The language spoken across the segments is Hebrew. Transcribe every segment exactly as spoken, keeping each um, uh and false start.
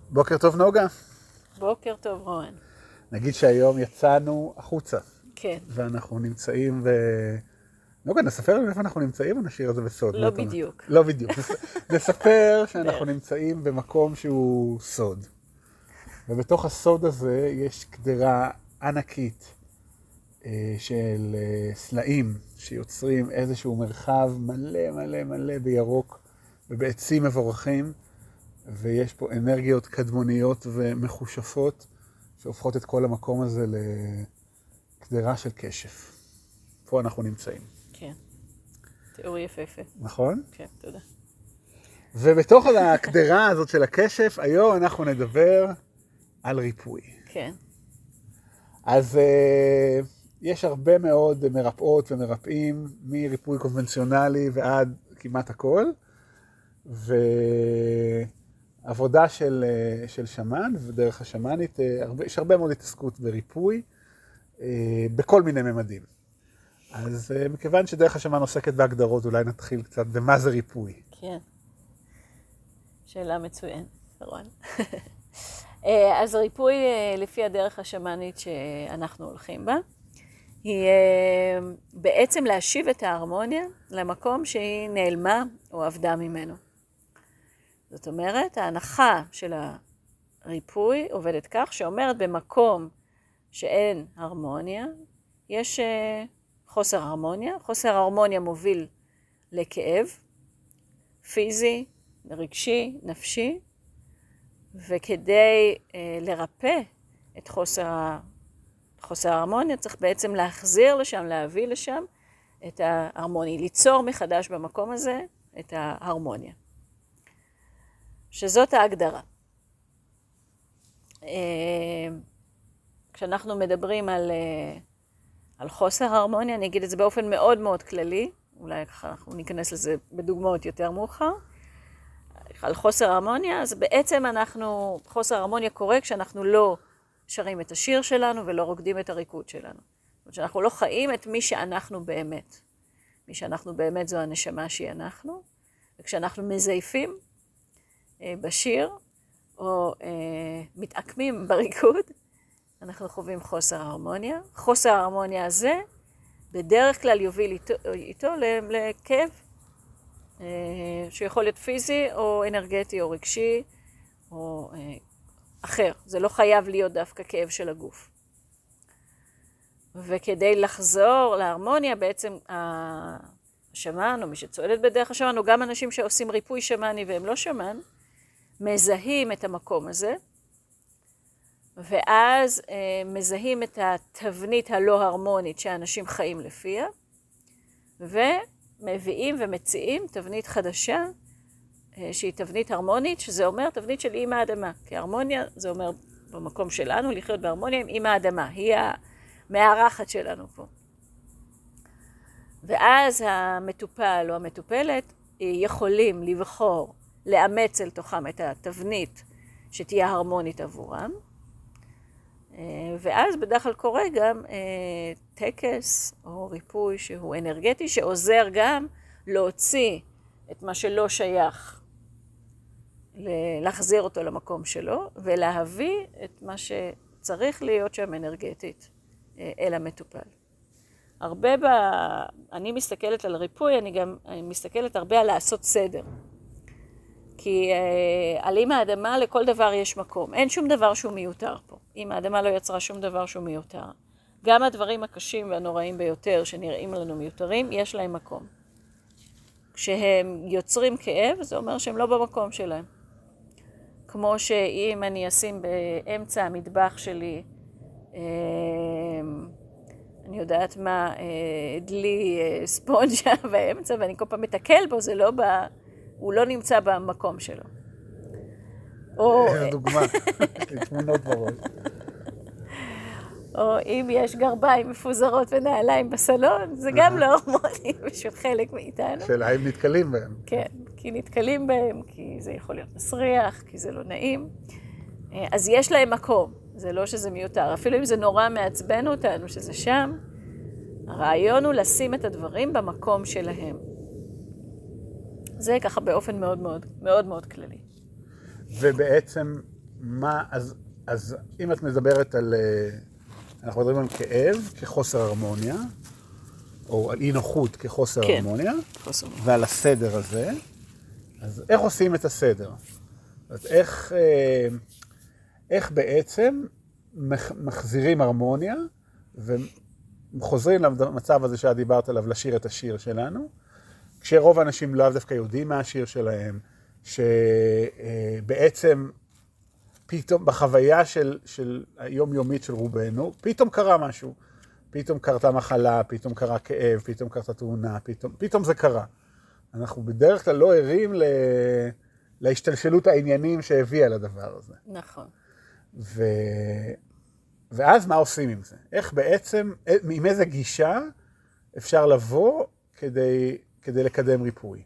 בוקר טוב נוגה. בוקר טוב רוען. נגיד שהיום יצאנו החוצה. כן. ואנחנו נמצאים ב... נוגה, נספר לנו איפה אנחנו נמצאים או נשאיר את זה בסוד? לא בדיוק. לא בדיוק. נספר שאנחנו נמצאים במקום שהוא סוד. ובתוך הסוד הזה יש קדרה ענקית של סלעים שיוצרים איזשהו מרחב מלא מלא מלא בירוק ובעצים מבורכים. ויש פה אנרגיות קדמוניות ומחושפות שהופכות את כל המקום הזה לקדרה של קשף. פה אנחנו נמצאים. כן. תיאור יפהפה. נכון? כן, תודה. ובתוך הקדרה הזאת של הקשף, היום אנחנו נדבר על ריפוי. כן. אז uh, יש הרבה מאוד מרפאות ומרפאים, מריפוי קונבנציונלי ועד כמעט הכל. ו... עבודה של, של שמן, ודרך השמנית, יש הרבה מאוד התעסקות בריפוי, בכל מיני ממדים. אז מכיוון שדרך השמן עוסקת בהגדרות, אולי נתחיל קצת במה זה ריפוי. כן. שאלה מצוינת, רוען. אז ריפוי, לפי הדרך השמנית שאנחנו הולכים בה, היא בעצם להשיב את ההרמוניה למקום שהיא נעלמה או עבדה ממנו. זאת אומרת, ההנחה של הריפוי עובדת כך, שאומרת במקום שאין הרמוניה, יש חוסר הרמוניה. חוסר הרמוניה מוביל לכאב, פיזי, רגשי, נפשי, וכדי לרפא את חוסר, חוסר ההרמוניה, צריך בעצם להחזיר לשם, להביא לשם את ההרמוניה, ליצור מחדש במקום הזה את ההרמוניה. שזאת ההגדרה. כשאנחנו מדברים על, על חוסר הרמוניה, אני אגיד את זה באופן מאוד מאוד כללי, אולי אנחנו ניכנס לזה בדוגמאות יותר מאוחר, על חוסר הרמוניה, אז בעצם אנחנו, חוסר הרמוניה קורה כשאנחנו לא שרים את השיר שלנו ולא רוקדים את הריקוד שלנו. זאת אומרת שאנחנו לא חיים את מי שאנחנו באמת. מי שאנחנו באמת זו הנשמה שהיא אנחנו, וכשאנחנו מזייפים, בשיר, או אה, מתעקמים בריקוד, אנחנו חווים חוסר הרמוניה. חוסר ההרמוניה הזה, בדרך כלל יוביל איתו, איתו לכאב, אה, שיכול להיות פיזי, או אנרגטי, או רגשי, או אה, אחר. זה לא חייב להיות דווקא כאב של הגוף. וכדי לחזור להרמוניה, בעצם השמן, או מי שצועדת בדרך השמן, או גם אנשים שעושים ריפוי שמני והם לא שמן, מזהים את המקום הזה, ואז אה, מזהים את התבנית הלא הרמונית שאנשים חיים לפיה, ומביאים ומציעים תבנית חדשה, אה, שהיא תבנית הרמונית, שזה אומר תבנית של אימא האדמה. כי הרמוניה זה אומר במקום שלנו, לחיות בהרמוניה עם אימא האדמה, היא המארחת שלנו פה. ואז המטופל או המטופלת יכולים לבחור, לאמץ אל תוכם את התבנית שתהיה הרמונית עבורם. ואז בדרך כלל קורה גם טקס או ריפוי שהוא אנרגטי, שעוזר גם להוציא את מה שלא שייך, להחזיר אותו למקום שלו, ולהביא את מה שצריך להיות שם אנרגטית אל המטופל. הרבה ב... אני מסתכלת על ריפוי, אני גם אני מסתכלת הרבה על לעשות סדר. כי אה, על אימא האדמה לכל דבר יש מקום. אין שום דבר שהוא מיותר פה. אימא האדמה לא יצרה שום דבר שהוא מיותר. גם הדברים הקשים והנוראים ביותר שנראים לנו מיותרים, יש להם מקום. כשהם יוצרים כאב, זה אומר שהם לא במקום שלהם. כמו שאם אני אשים באמצע המטבח שלי, אה, אני יודעת מה, אה, דלי אה, ספונג'ה באמצע, ואני כל פעם מתקל בו, זה לא בא... הוא לא נמצא במקום שלו. איזה דוגמה, יש לי תמונות בראש. או אם יש גרביים מפוזרות ונעליים בסלון, זה גם לא הרמוני בשביל חלק מאיתנו. שאלה אם נתקלים בהם. כן, כי נתקלים בהם, כי זה יכול להיות מסריח, כי זה לא נעים. אז יש להם מקום, זה לא שזה מיותר. אפילו אם זה נורא מעצבן אותנו שזה שם, הרעיון הוא לשים את הדברים במקום שלהם. זה ככה באופן מאוד מאוד, מאוד מאוד כללי. ובעצם מה, אז, אז אם את מדברת על, אנחנו מדברים על כאב כחוסר הרמוניה, או על אי נוחות כחוסר כן, הרמוניה, חוסר. ועל הסדר הזה, אז איך עושים את הסדר? אז איך, איך בעצם מחזירים הרמוניה, וחוזרים למצב הזה שאת דיברת עליו, לשיר את השיר שלנו, כשרוב האנשים לא דווקא יודעים מה השיר שלהם, שבעצם פתאום בחוויה של, של היומיומית של רובנו, פתאום קרה משהו. פתאום קרתה מחלה, פתאום קרה כאב, פתאום קרתה תאונה, פתאום, פתאום זה קרה. אנחנו בדרך כלל לא ערים ל... להשתלשלות העניינים שהביאה לדבר הזה. נכון. ו... ואז מה עושים עם זה? איך בעצם, עם איזה גישה אפשר לבוא כדי, כדי לקדם ריפוי?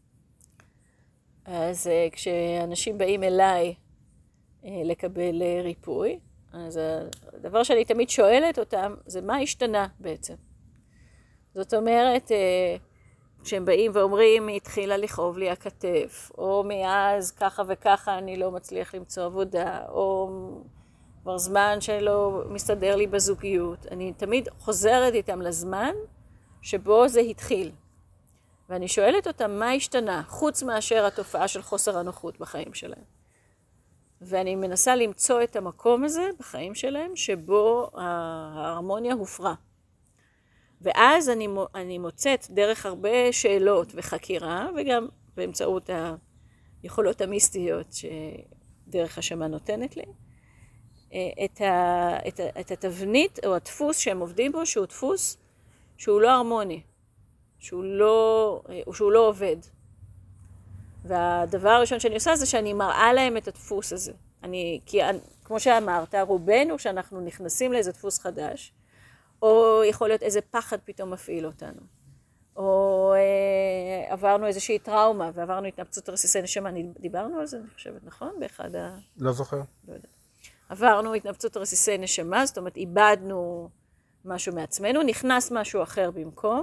אז כשאנשים באים אליי לקבל ריפוי, אז הדבר שאני תמיד שואלת אותם, זה מה השתנה בעצם. זאת אומרת, כשהם באים ואומרים, היא התחילה לכאוב לי הכתף, או מאז ככה וככה אני לא מצליח למצוא עבודה, או כבר זמן שלא מסתדר לי בזוגיות, אני תמיד חוזרת איתם לזמן שבו זה התחיל. ואני שואלת אותם מה השתנה, חוץ מאשר התופעה של חוסר הנוחות בחיים שלהם. ואני מנסה למצוא את המקום הזה בחיים שלהם, שבו ההרמוניה הופרה. ואז אני, אני מוצאת דרך הרבה שאלות וחקירה, וגם באמצעות היכולות המיסטיות שדרך השמה נותנת לי, את, ה, את, ה, את התבנית או הדפוס שהם עובדים בו, שהוא דפוס שהוא לא הרמוני, שהוא לא, שהוא לא עובד. והדבר הראשון שאני עושה זה שאני מראה להם את הדפוס הזה. אני, כי כמו שאמרת, רובנו שאנחנו נכנסים לאיזה דפוס חדש, או יכול להיות איזה פחד פתאום מפעיל אותנו, או אה, עברנו איזושהי טראומה, ועברנו התנפצות רסיסי נשמה, דיברנו על זה, אני חושבת, נכון? באחד ה... לא זוכר. לא יודע. עברנו התנפצות רסיסי נשמה, זאת אומרת, איבדנו משהו מעצמנו, נכנס משהו אחר במקום,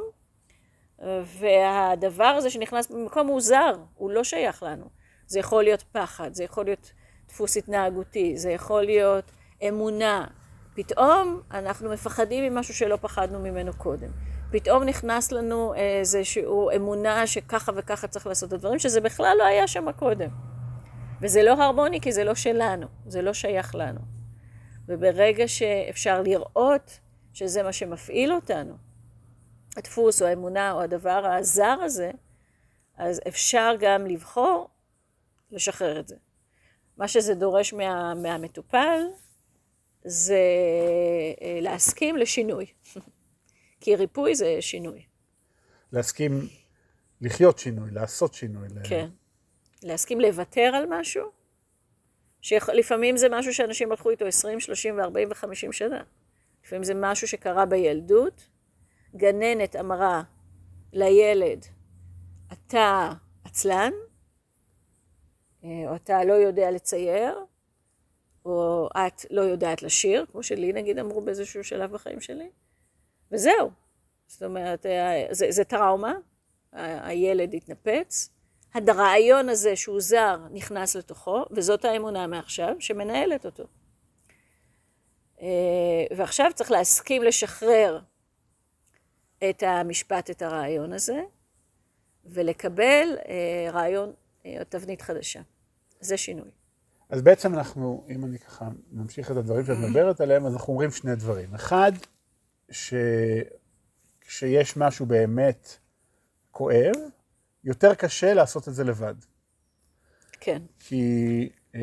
והדבר הזה שנכנס במקום הוא זר, הוא לא שייך לנו. זה יכול להיות פחד, זה יכול להיות דפוס התנהגותי, זה יכול להיות אמונה. פתאום אנחנו מפחדים ממשהו שלא פחדנו ממנו קודם. פתאום נכנס לנו איזשהו אמונה שככה וככה צריך לעשות את הדברים, שזה בכלל לא היה שם קודם. וזה לא הרמוני כי זה לא שלנו, זה לא שייך לנו. וברגע שאפשר לראות שזה מה שמפעיל אותנו, הדפוס או האמונה או הדבר הזר הזה, אז אפשר גם לבחור לשחרר את זה. מה שזה דורש מה, מהמטופל, זה להסכים לשינוי. כי ריפוי זה שינוי. להסכים לחיות שינוי, לעשות שינוי. כן. להסכים לוותר על משהו, שלפעמים זה משהו שאנשים הלכו איתו עשרים, שלושים ו-ארבעים ו-חמישים שנה. לפעמים זה משהו שקרה בילדות, גננת אמרה לילד, אתה עצלן, או אתה לא יודע לצייר, או את לא יודעת לשיר, כמו שלי נגיד אמרו באיזשהו שלב בחיים שלי, וזהו. זאת אומרת, זה, זה טראומה, הילד התנפץ, הרעיון הזה שהוא זר נכנס לתוכו, וזאת האמונה מעכשיו שמנהלת אותו. ועכשיו צריך להסכים לשחרר את המשפט, את הרעיון הזה, ולקבל רעיון או תבנית חדשה. זה שינוי. אז בעצם אנחנו, אם אני ככה ממשיך את הדברים שאת מדברת עליהם, אז אנחנו אומרים שני דברים. אחד, שכשיש משהו באמת כואב, יותר קשה לעשות את זה לבד. כן. כי אה,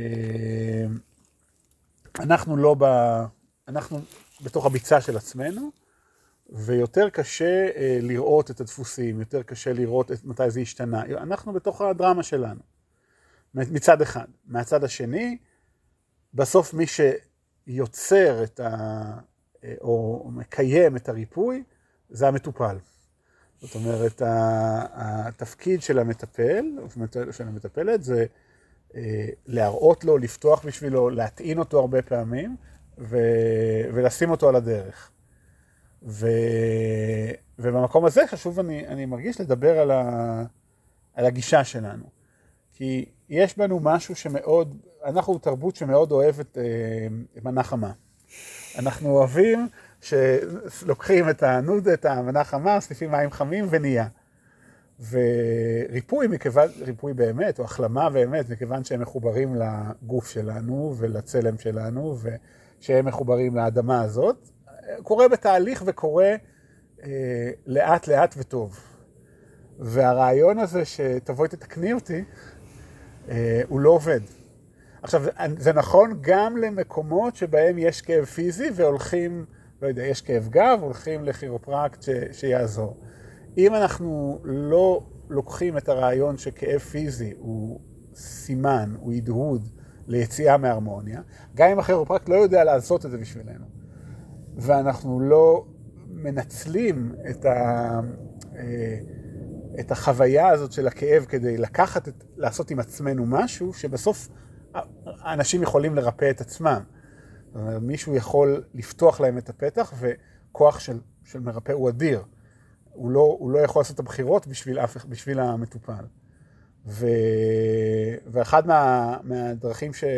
אנחנו לא ב... אנחנו בתוך הביצה של עצמנו, ויותר קשה אה, לראות את הדפוסים, יותר קשה לראות את, מתי זה השתנה. אנחנו בתוך הדרמה שלנו. מצד אחד. מהצד השני, בסוף מי שיוצר את ה... או מקיים את הריפוי, זה המטופל. זאת אומרת, התפקיד של המטפל, של המטפלת, זה להראות לו, לפתוח בשבילו, להטעין אותו הרבה פעמים, ו... ולשים אותו על הדרך. ו... ובמקום הזה חשוב, אני, אני מרגיש לדבר על, ה... על הגישה שלנו. כי יש בנו משהו שמאוד, אנחנו תרבות שמאוד אוהבת אה, מנה חמה. אנחנו אוהבים שלוקחים את הנודה, את המנה חמה, סליפים מים חמים ונהיה. וריפוי מכיוון, ריפוי באמת, או החלמה באמת, מכיוון שהם מחוברים לגוף שלנו ולצלם שלנו, ושהם מחוברים לאדמה הזאת, קורה בתהליך וקורה אה, לאט לאט וטוב. והרעיון הזה שתבואי תתקני אותי, אה, הוא לא עובד. עכשיו, זה נכון גם למקומות שבהם יש כאב פיזי והולכים, לא יודע, יש כאב גב, הולכים לכירופרקט ש, שיעזור. אם אנחנו לא לוקחים את הרעיון שכאב פיזי הוא סימן, הוא הדהוד ליציאה מהרמוניה, גם אם הכירופרקט לא יודע לעשות את זה בשבילנו, ואנחנו לא מנצלים את, ה, את החוויה הזאת של הכאב כדי לקחת, את, לעשות עם עצמנו משהו, שבסוף האנשים יכולים לרפא את עצמם. זאת אומרת, מישהו יכול לפתוח להם את הפתח, וכוח של, של מרפא הוא אדיר. הוא לא, הוא לא יכול לעשות את הבחירות בשביל, אף, בשביל המטופל. ו, ואחד מה, מהדרכים ש...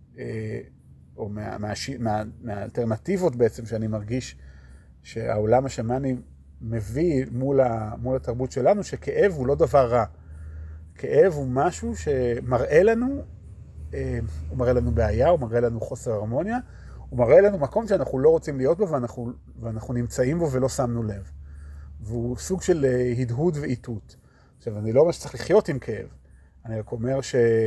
או מה, מה, מה, מהאלטרנטיבות בעצם שאני מרגיש שהעולם השמאני מביא מול, ה, מול התרבות שלנו, שכאב הוא לא דבר רע. כאב הוא משהו שמראה לנו, הוא מראה לנו בעיה, הוא מראה לנו חוסר הרמוניה, הוא מראה לנו מקום שאנחנו לא רוצים להיות בו ואנחנו, ואנחנו נמצאים בו ולא שמנו לב. והוא סוג של הדהוד ואיתות. עכשיו, אני לא אומר שצריך לחיות עם כאב. אני רק אומר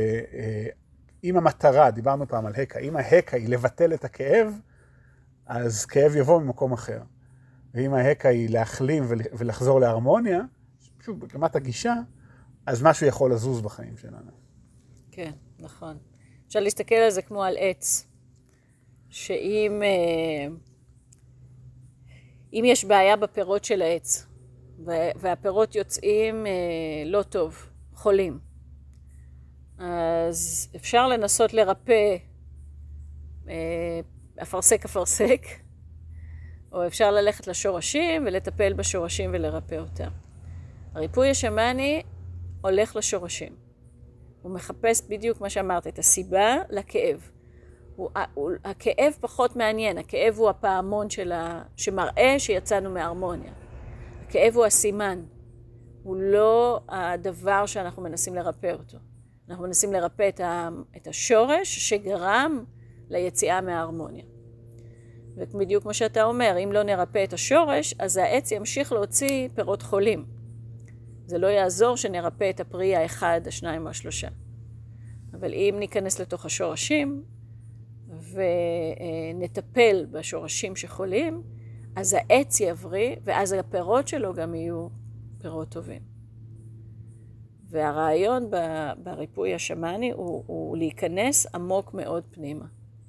שאם המטרה, דיברנו פעם על הקה, אם ההקה היא לבטל את הכאב, אז כאב יבוא ממקום אחר. ואם ההקה היא להחלים ולחזור להרמוניה, שוב, ברמת הגישה, אז משהו יכול לזוז בחיים שלנו. כן, נכון. אפשר להסתכל על זה כמו על עץ, שאם אם יש בעיה בפירות של העץ, והפירות יוצאים לא טוב, חולים, אז אפשר לנסות לרפא אפרסק אפרסק, או אפשר ללכת לשורשים ולטפל בשורשים ולרפא אותם. הריפוי השמאני הולך לשורשים. הוא מחפש בדיוק מה שאמרת, את הסיבה לכאב. הוא, הוא, הכאב פחות מעניין, הכאב הוא הפעמון שלה, שמראה שיצאנו מההרמוניה. הכאב הוא הסימן, הוא לא הדבר שאנחנו מנסים לרפא אותו. אנחנו מנסים לרפא את, ה, את השורש שגרם ליציאה מההרמוניה. ובדיוק כמו שאתה אומר, אם לא נרפא את השורש, אז העץ ימשיך להוציא פירות חולים. זה לא יעזור שנרפא את הפרי האחד, השניים או השלושה. אבל אם ניכנס לתוך השורשים, ונטפל בשורשים שחולים, אז העץ יבריא, ואז הפירות שלו גם יהיו פירות טובים. והרעיון בריפוי השמאני הוא, הוא להיכנס עמוק מאוד פנימה.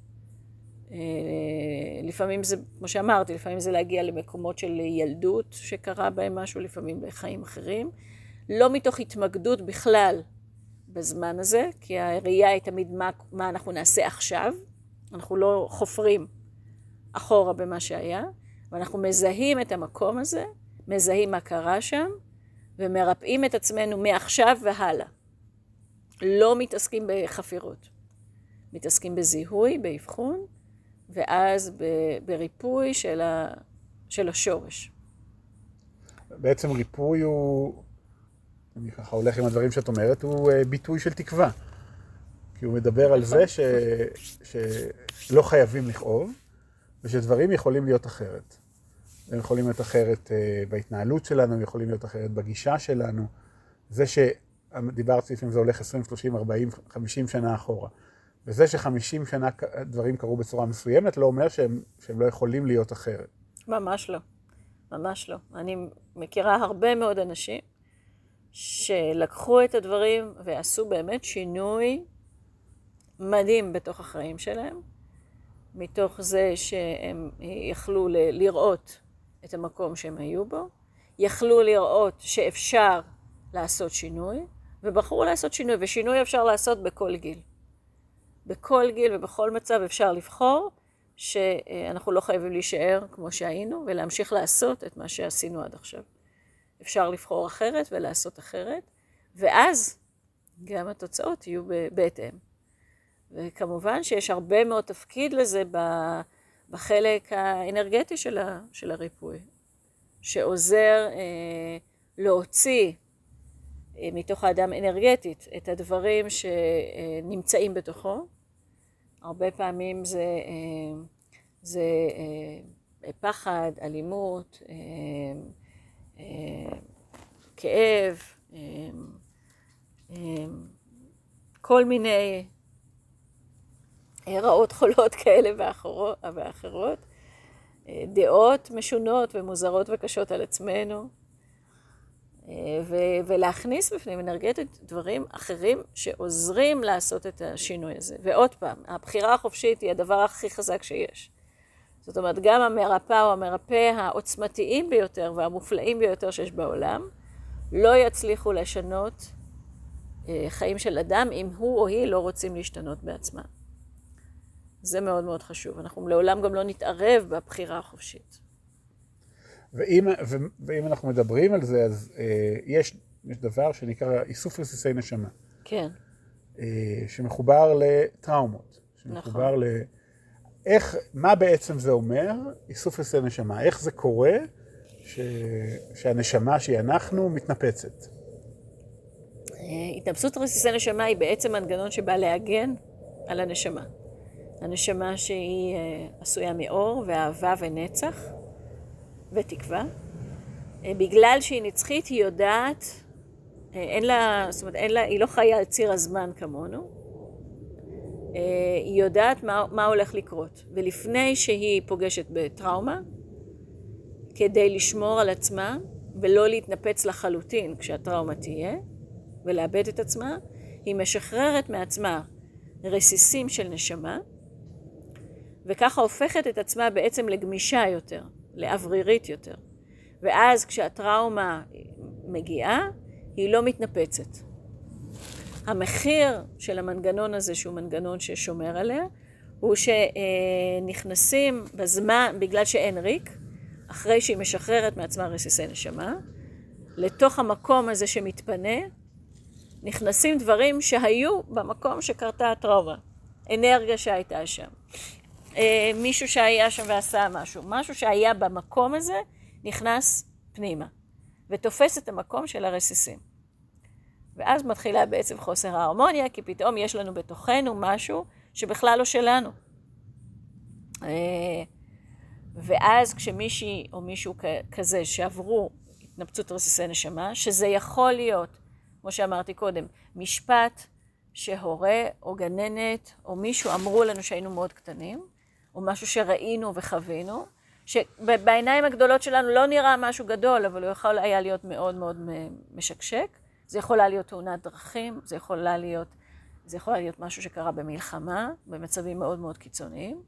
לפעמים זה, כמו שאמרתי, לפעמים זה להגיע למקומות של ילדות שקרה בהם משהו, לפעמים לחיים אחרים. לא מתוך התמקדות בכלל בזמן הזה, כי הראייה היא תמיד מה, מה אנחנו נעשה עכשיו. אנחנו לא חופרים אחורה במה שהיה, ואנחנו מזהים את המקום הזה, מזהים מה קרה שם, ומרפאים את עצמנו מעכשיו והלאה. לא מתעסקים בחפירות. מתעסקים בזיהוי, באבחון, ואז בריפוי של, ה, של השורש. בעצם ריפוי הוא, אני ככה הולך עם הדברים שאת אומרת, הוא ביטוי של תקווה. כי הוא מדבר על זה ש, שלא חייבים לכאוב, ושדברים יכולים להיות אחרת. הם יכולים להיות אחרת בהתנהלות שלנו, הם יכולים להיות אחרת בגישה שלנו. זה שדיברתי לפעמים זה הולך עשרים, שלושים, ארבעים, חמישים שנה אחורה. וזה שחמישים שנה דברים קרו בצורה מסוימת, לא אומר שהם, שהם לא יכולים להיות אחרת. ממש לא. ממש לא. אני מכירה הרבה מאוד אנשים שלקחו את הדברים ועשו באמת שינוי מדהים בתוך החיים שלהם, מתוך זה שהם יכלו ל- לראות את המקום שהם היו בו, יכלו לראות שאפשר לעשות שינוי, ובחרו לעשות שינוי, ושינוי אפשר לעשות בכל גיל. בכל גיל ובכל מצב אפשר לבחור שאנחנו לא חייבים להישאר כמו שהיינו, ולהמשיך לעשות את מה שעשינו עד עכשיו. אפשר לבחור אחרת ולעשות אחרת, ואז גם התוצאות יהיו בהתאם. וכמובן שיש הרבה מאוד תפקיד לזה בחלק האנרגטי של, ה, של הריפוי, שעוזר אה, להוציא אה, מתוך האדם אנרגטית את הדברים שנמצאים בתוכו. הרבה פעמים זה, אה, זה אה, פחד, אלימות, אה, אה, כאב, אה, אה, כל מיני רעות חולות כאלה ואחרות, ואחרות, דעות משונות ומוזרות וקשות על עצמנו, ו- ולהכניס בפנים אנרגטית דברים אחרים שעוזרים לעשות את השינוי הזה. ועוד פעם, הבחירה החופשית היא הדבר הכי חזק שיש. זאת אומרת, גם המרפא או המרפא העוצמתיים ביותר והמופלאים ביותר שיש בעולם, לא יצליחו לשנות חיים של אדם אם הוא או היא לא רוצים להשתנות בעצמם. זה מאוד מאוד חשוב. אנחנו לעולם גם לא נתערב בבחירה החופשית. ואם, ו, ואם אנחנו מדברים על זה, אז אה, יש, יש דבר שנקרא איסוף רסיסי נשמה. כן. אה, שמחובר לטראומות. שמחובר נכון. ל... איך, מה בעצם זה אומר, איסוף רסיסי נשמה? איך זה קורה ש, שהנשמה שהיא אנחנו מתנפצת? התנפצות רסיסי נשמה היא בעצם מנגנון שבא להגן על הנשמה. הנשמה שהיא עשויה מאור ואהבה ונצח ותקווה. בגלל שהיא נצחית, היא יודעת, אין לה, זאת אומרת, אין לה, היא לא חיה על ציר הזמן כמונו. היא יודעת מה, מה הולך לקרות. ולפני שהיא פוגשת בטראומה, כדי לשמור על עצמה ולא להתנפץ לחלוטין כשהטראומה תהיה, ולאבד את עצמה, היא משחררת מעצמה רסיסים של נשמה, וככה הופכת את עצמה בעצם לגמישה יותר, לאוורירית יותר. ואז כשהטראומה מגיעה, היא לא מתנפצת. המחיר של המנגנון הזה, שהוא מנגנון ששומר עליה, הוא שנכנסים בזמן, בגלל שאין ריק, אחרי שהיא משחררת מעצמה רסיסי נשמה, לתוך המקום הזה שמתפנה, נכנסים דברים שהיו במקום שקרתה הטראומה. אנרגיה שהייתה שם. מישהו שהיה שם ועשה משהו. משהו שהיה במקום הזה נכנס פנימה. ותופס את המקום של הרסיסים. ואז מתחילה בעצם חוסר ההרמוניה, כי פתאום יש לנו בתוכנו משהו שבכלל לא שלנו. ואז כשמישהי או מישהו כזה שעברו התנפצות רסיסי נשמה, שזה יכול להיות, כמו שאמרתי קודם, משפט שהורה או גננת או מישהו אמרו לנו שהיינו מאוד קטנים, או משהו שראינו וחווינו, שבעיניים הגדולות שלנו לא נראה משהו גדול, אבל הוא יכול היה להיות מאוד מאוד משקשק. זה יכולה להיות תאונת דרכים, זה יכולה להיות, זה יכולה להיות משהו שקרה במלחמה, במצבים מאוד מאוד קיצוניים.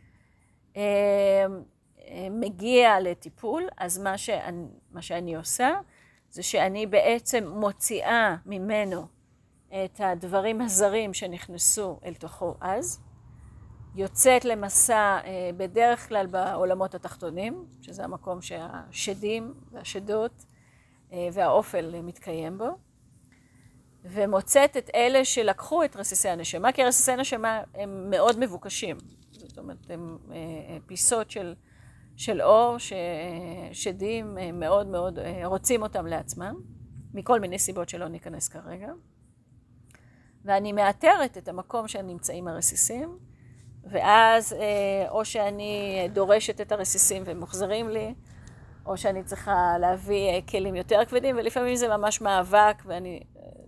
מגיע לטיפול, אז מה שאני, מה שאני עושה, זה שאני בעצם מוציאה ממנו את הדברים הזרים שנכנסו אל תוכו אז, יוצאת למסע בדרך כלל בעולמות התחתונים, שזה המקום שהשדים והשדות והאופל מתקיים בו, ומוצאת את אלה שלקחו את רסיסי הנשמה, כי רסיסי הנשמה הם מאוד מבוקשים. זאת אומרת, הם פיסות של, של אור, ששדים מאוד מאוד רוצים אותם לעצמם, מכל מיני סיבות שלא ניכנס כרגע. ואני מאתרת את המקום שנמצאים הרסיסים, ואז או שאני דורשת את הרסיסים והם מוחזרים לי, או שאני צריכה להביא כלים יותר כבדים, ולפעמים זה ממש מאבק, ואני,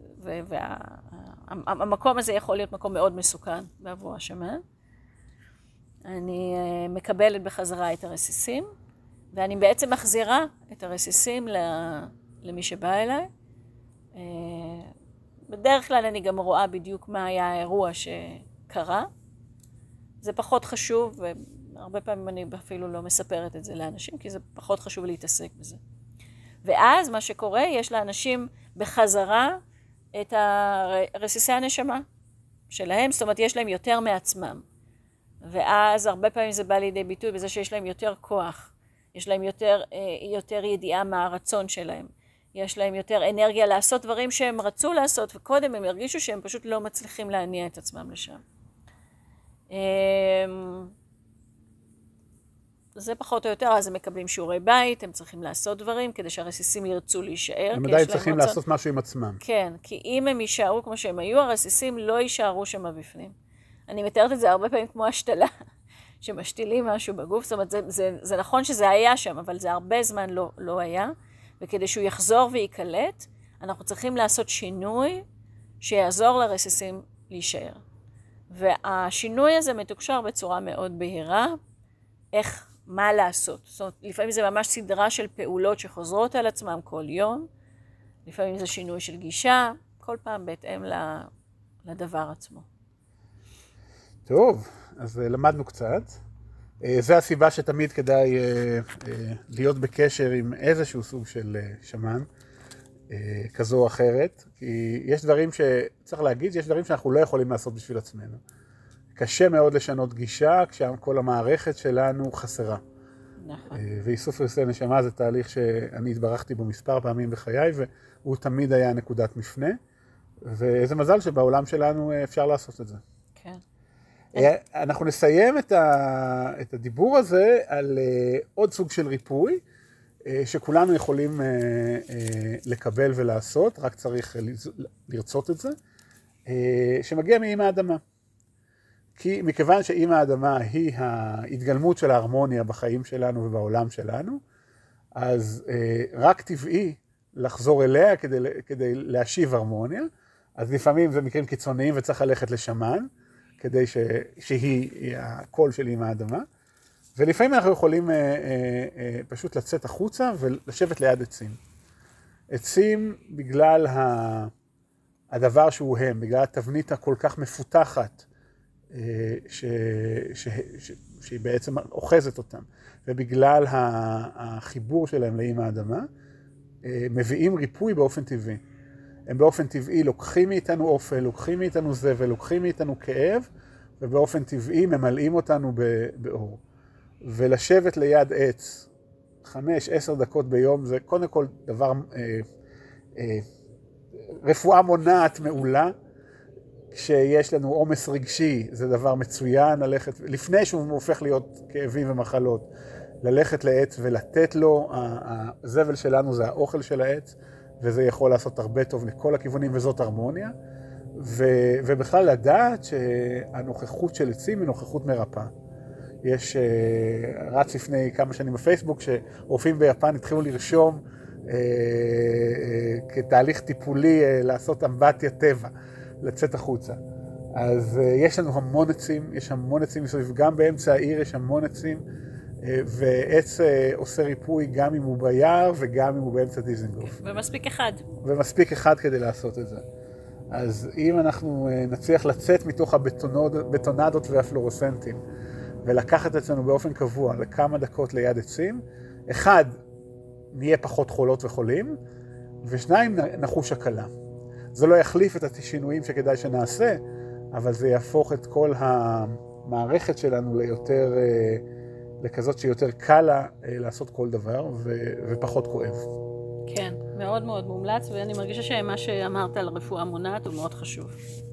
והמקום הזה יכול להיות מקום מאוד מסוכן בעבור השמן. אני מקבלת בחזרה את הרסיסים, ואני בעצם מחזירה את הרסיסים למי שבא אליי. בדרך כלל אני גם רואה בדיוק מה היה האירוע שקרה. זה פחות חשוב, והרבה פעמים אני אפילו לא מספרת את זה לאנשים, כי זה פחות חשוב להתעסק בזה. ואז מה שקורה, יש לאנשים בחזרה את רסיסי הנשמה שלהם, זאת אומרת, יש להם יותר מעצמם. ואז הרבה פעמים זה בא לידי ביטוי בזה שיש להם יותר כוח, יש להם יותר, יותר ידיעה מה הרצון שלהם. יש להם יותר אנרגיה לעשות דברים שהם רצו לעשות, וקודם הם הרגישו שהם פשוט לא מצליחים להניע את עצמם לשם. זה פחות או יותר, אז הם מקבלים שיעורי בית, הם צריכים לעשות דברים כדי שהרסיסים ירצו להישאר. הם עדיין צריכים רצון... לעשות משהו עם עצמם. כן, כי אם הם יישארו כמו שהם היו, הרסיסים לא יישארו שם בפנים. אני מתארת את זה הרבה פעמים כמו השתלה, שמשתילים משהו בגוף, זאת אומרת, זה, זה, זה נכון שזה היה שם, אבל זה הרבה זמן לא, לא היה, וכדי שהוא יחזור ויקלט, אנחנו צריכים לעשות שינוי שיעזור לרסיסים להישאר. והשינוי הזה מתוקשר בצורה מאוד בהירה, איך, מה לעשות. זאת אומרת, לפעמים זה ממש סדרה של פעולות שחוזרות על עצמם כל יום, לפעמים זה שינוי של גישה, כל פעם בהתאם לדבר עצמו. טוב, אז למדנו קצת. זה הסיבה שתמיד כדאי להיות בקשר עם איזשהו סוג של שמן, כזו או אחרת, כי יש דברים שצריך להגיד, יש דברים שאנחנו לא יכולים לעשות בשביל עצמנו. קשה מאוד לשנות גישה כשכל המערכת שלנו חסרה. נכון. ואיסוף ריסי נשמה זה תהליך שאני התברכתי בו מספר פעמים בחיי, והוא תמיד היה נקודת מפנה, ואיזה מזל שבעולם שלנו אפשר לעשות את זה. כן. אנחנו נסיים את, ה, את הדיבור הזה על עוד סוג של ריפוי, שכולנו יכולים לקבל ולעשות, רק צריך לרצות את זה, שמגיע מאמא האדמה. כי מכיוון שאמא האדמה היא ההתגלמות של ההרמוניה בחיים שלנו ובעולם שלנו, אז רק טבעי לחזור אליה כדי, כדי להשיב הרמוניה, אז לפעמים זה מקרים קיצוניים וצריך ללכת לשמן, כדי ש, שהיא הקול של אמא האדמה, ולפעמים אנחנו יכולים אה, אה, אה, פשוט לצאת החוצה ולשבת ליד עצים. עצים בגלל ה, הדבר שהוא הם, בגלל התבנית הכל כך מפותחת, אה, ש, ש, ש, שהיא בעצם אוחזת אותם, ובגלל החיבור שלהם לאמא האדמה, אה, מביאים ריפוי באופן טבעי. הם באופן טבעי לוקחים מאיתנו אופל, לוקחים מאיתנו זבל, לוקחים מאיתנו כאב, ובאופן טבעי ממלאים אותנו באור. ולשבת ליד עץ, חמש, עשר דקות ביום, זה קודם כל דבר, אה, אה, רפואה מונעת מעולה, כשיש לנו עומס רגשי, זה דבר מצוין ללכת, לפני שהוא הופך להיות כאבים ומחלות, ללכת לעץ ולתת לו, הזבל שלנו זה האוכל של העץ, וזה יכול לעשות הרבה טוב לכל הכיוונים, וזאת הרמוניה, ו, ובכלל לדעת שהנוכחות של עצים היא נוכחות מרפאה. יש, רץ לפני כמה שנים בפייסבוק, שרופאים ביפן התחילו לרשום אה, אה, כתהליך טיפולי אה, לעשות אמבטיה טבע, לצאת החוצה. אז אה, יש לנו המון עצים, יש המון עצים מסביב, גם באמצע העיר יש המון עצים, אה, ועץ אה, עושה ריפוי גם אם הוא ביער וגם אם הוא באמצע דיזנגוף. ומספיק אחד. ומספיק אחד כדי לעשות את זה. אז אם אנחנו אה, נצליח לצאת מתוך הבטונדות והפלורוסנטים, ולקחת אצלנו באופן קבוע לכמה דקות ליד עצים, אחד, נהיה פחות חולות וחולים, ושניים, נחוש הקלה. זה לא יחליף את השינויים שכדאי שנעשה, אבל זה יהפוך את כל המערכת שלנו ליותר, לכזאת שיותר קל לה לעשות כל דבר, ופחות כואב. כן, מאוד מאוד מומלץ, ואני מרגישה שמה שאמרת על רפואה מונעת הוא מאוד חשוב.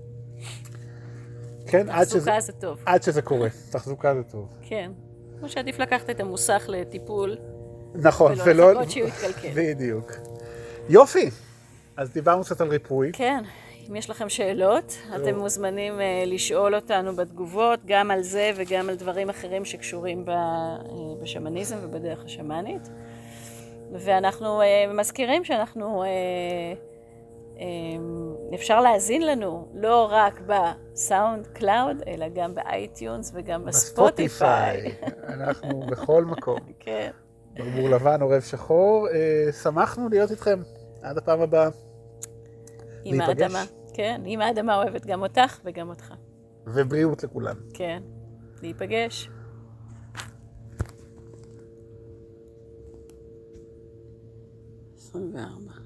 כן, עד שזה, תחזוקה זה טוב. עד שזה קורה, תחזוקה זה טוב. כן, כמו שעדיף לקחת את המוסך לטיפול, נכון, ולא לחכות שהוא יתקלקל. בדיוק. יופי, אז דיברנו קצת על ריפוי. כן, אם יש לכם שאלות, אתם מוזמנים לשאול אותנו בתגובות, גם על זה וגם על דברים אחרים שקשורים בשמניזם ובדרך השמנית. ואנחנו מזכירים שאנחנו... אפשר להזין לנו לא רק בסאונד קלאוד, אלא גם באייטיונס וגם בספוטיפיי. אנחנו בכל מקום. כן. ברבור לבן, עורב שחור. שמחנו להיות איתכם. עד הפעם הבאה. עם האדמה. כן, עם האדמה אוהבת גם אותך וגם אותך. ובריאות לכולם. כן, להיפגש. עשרים וארבע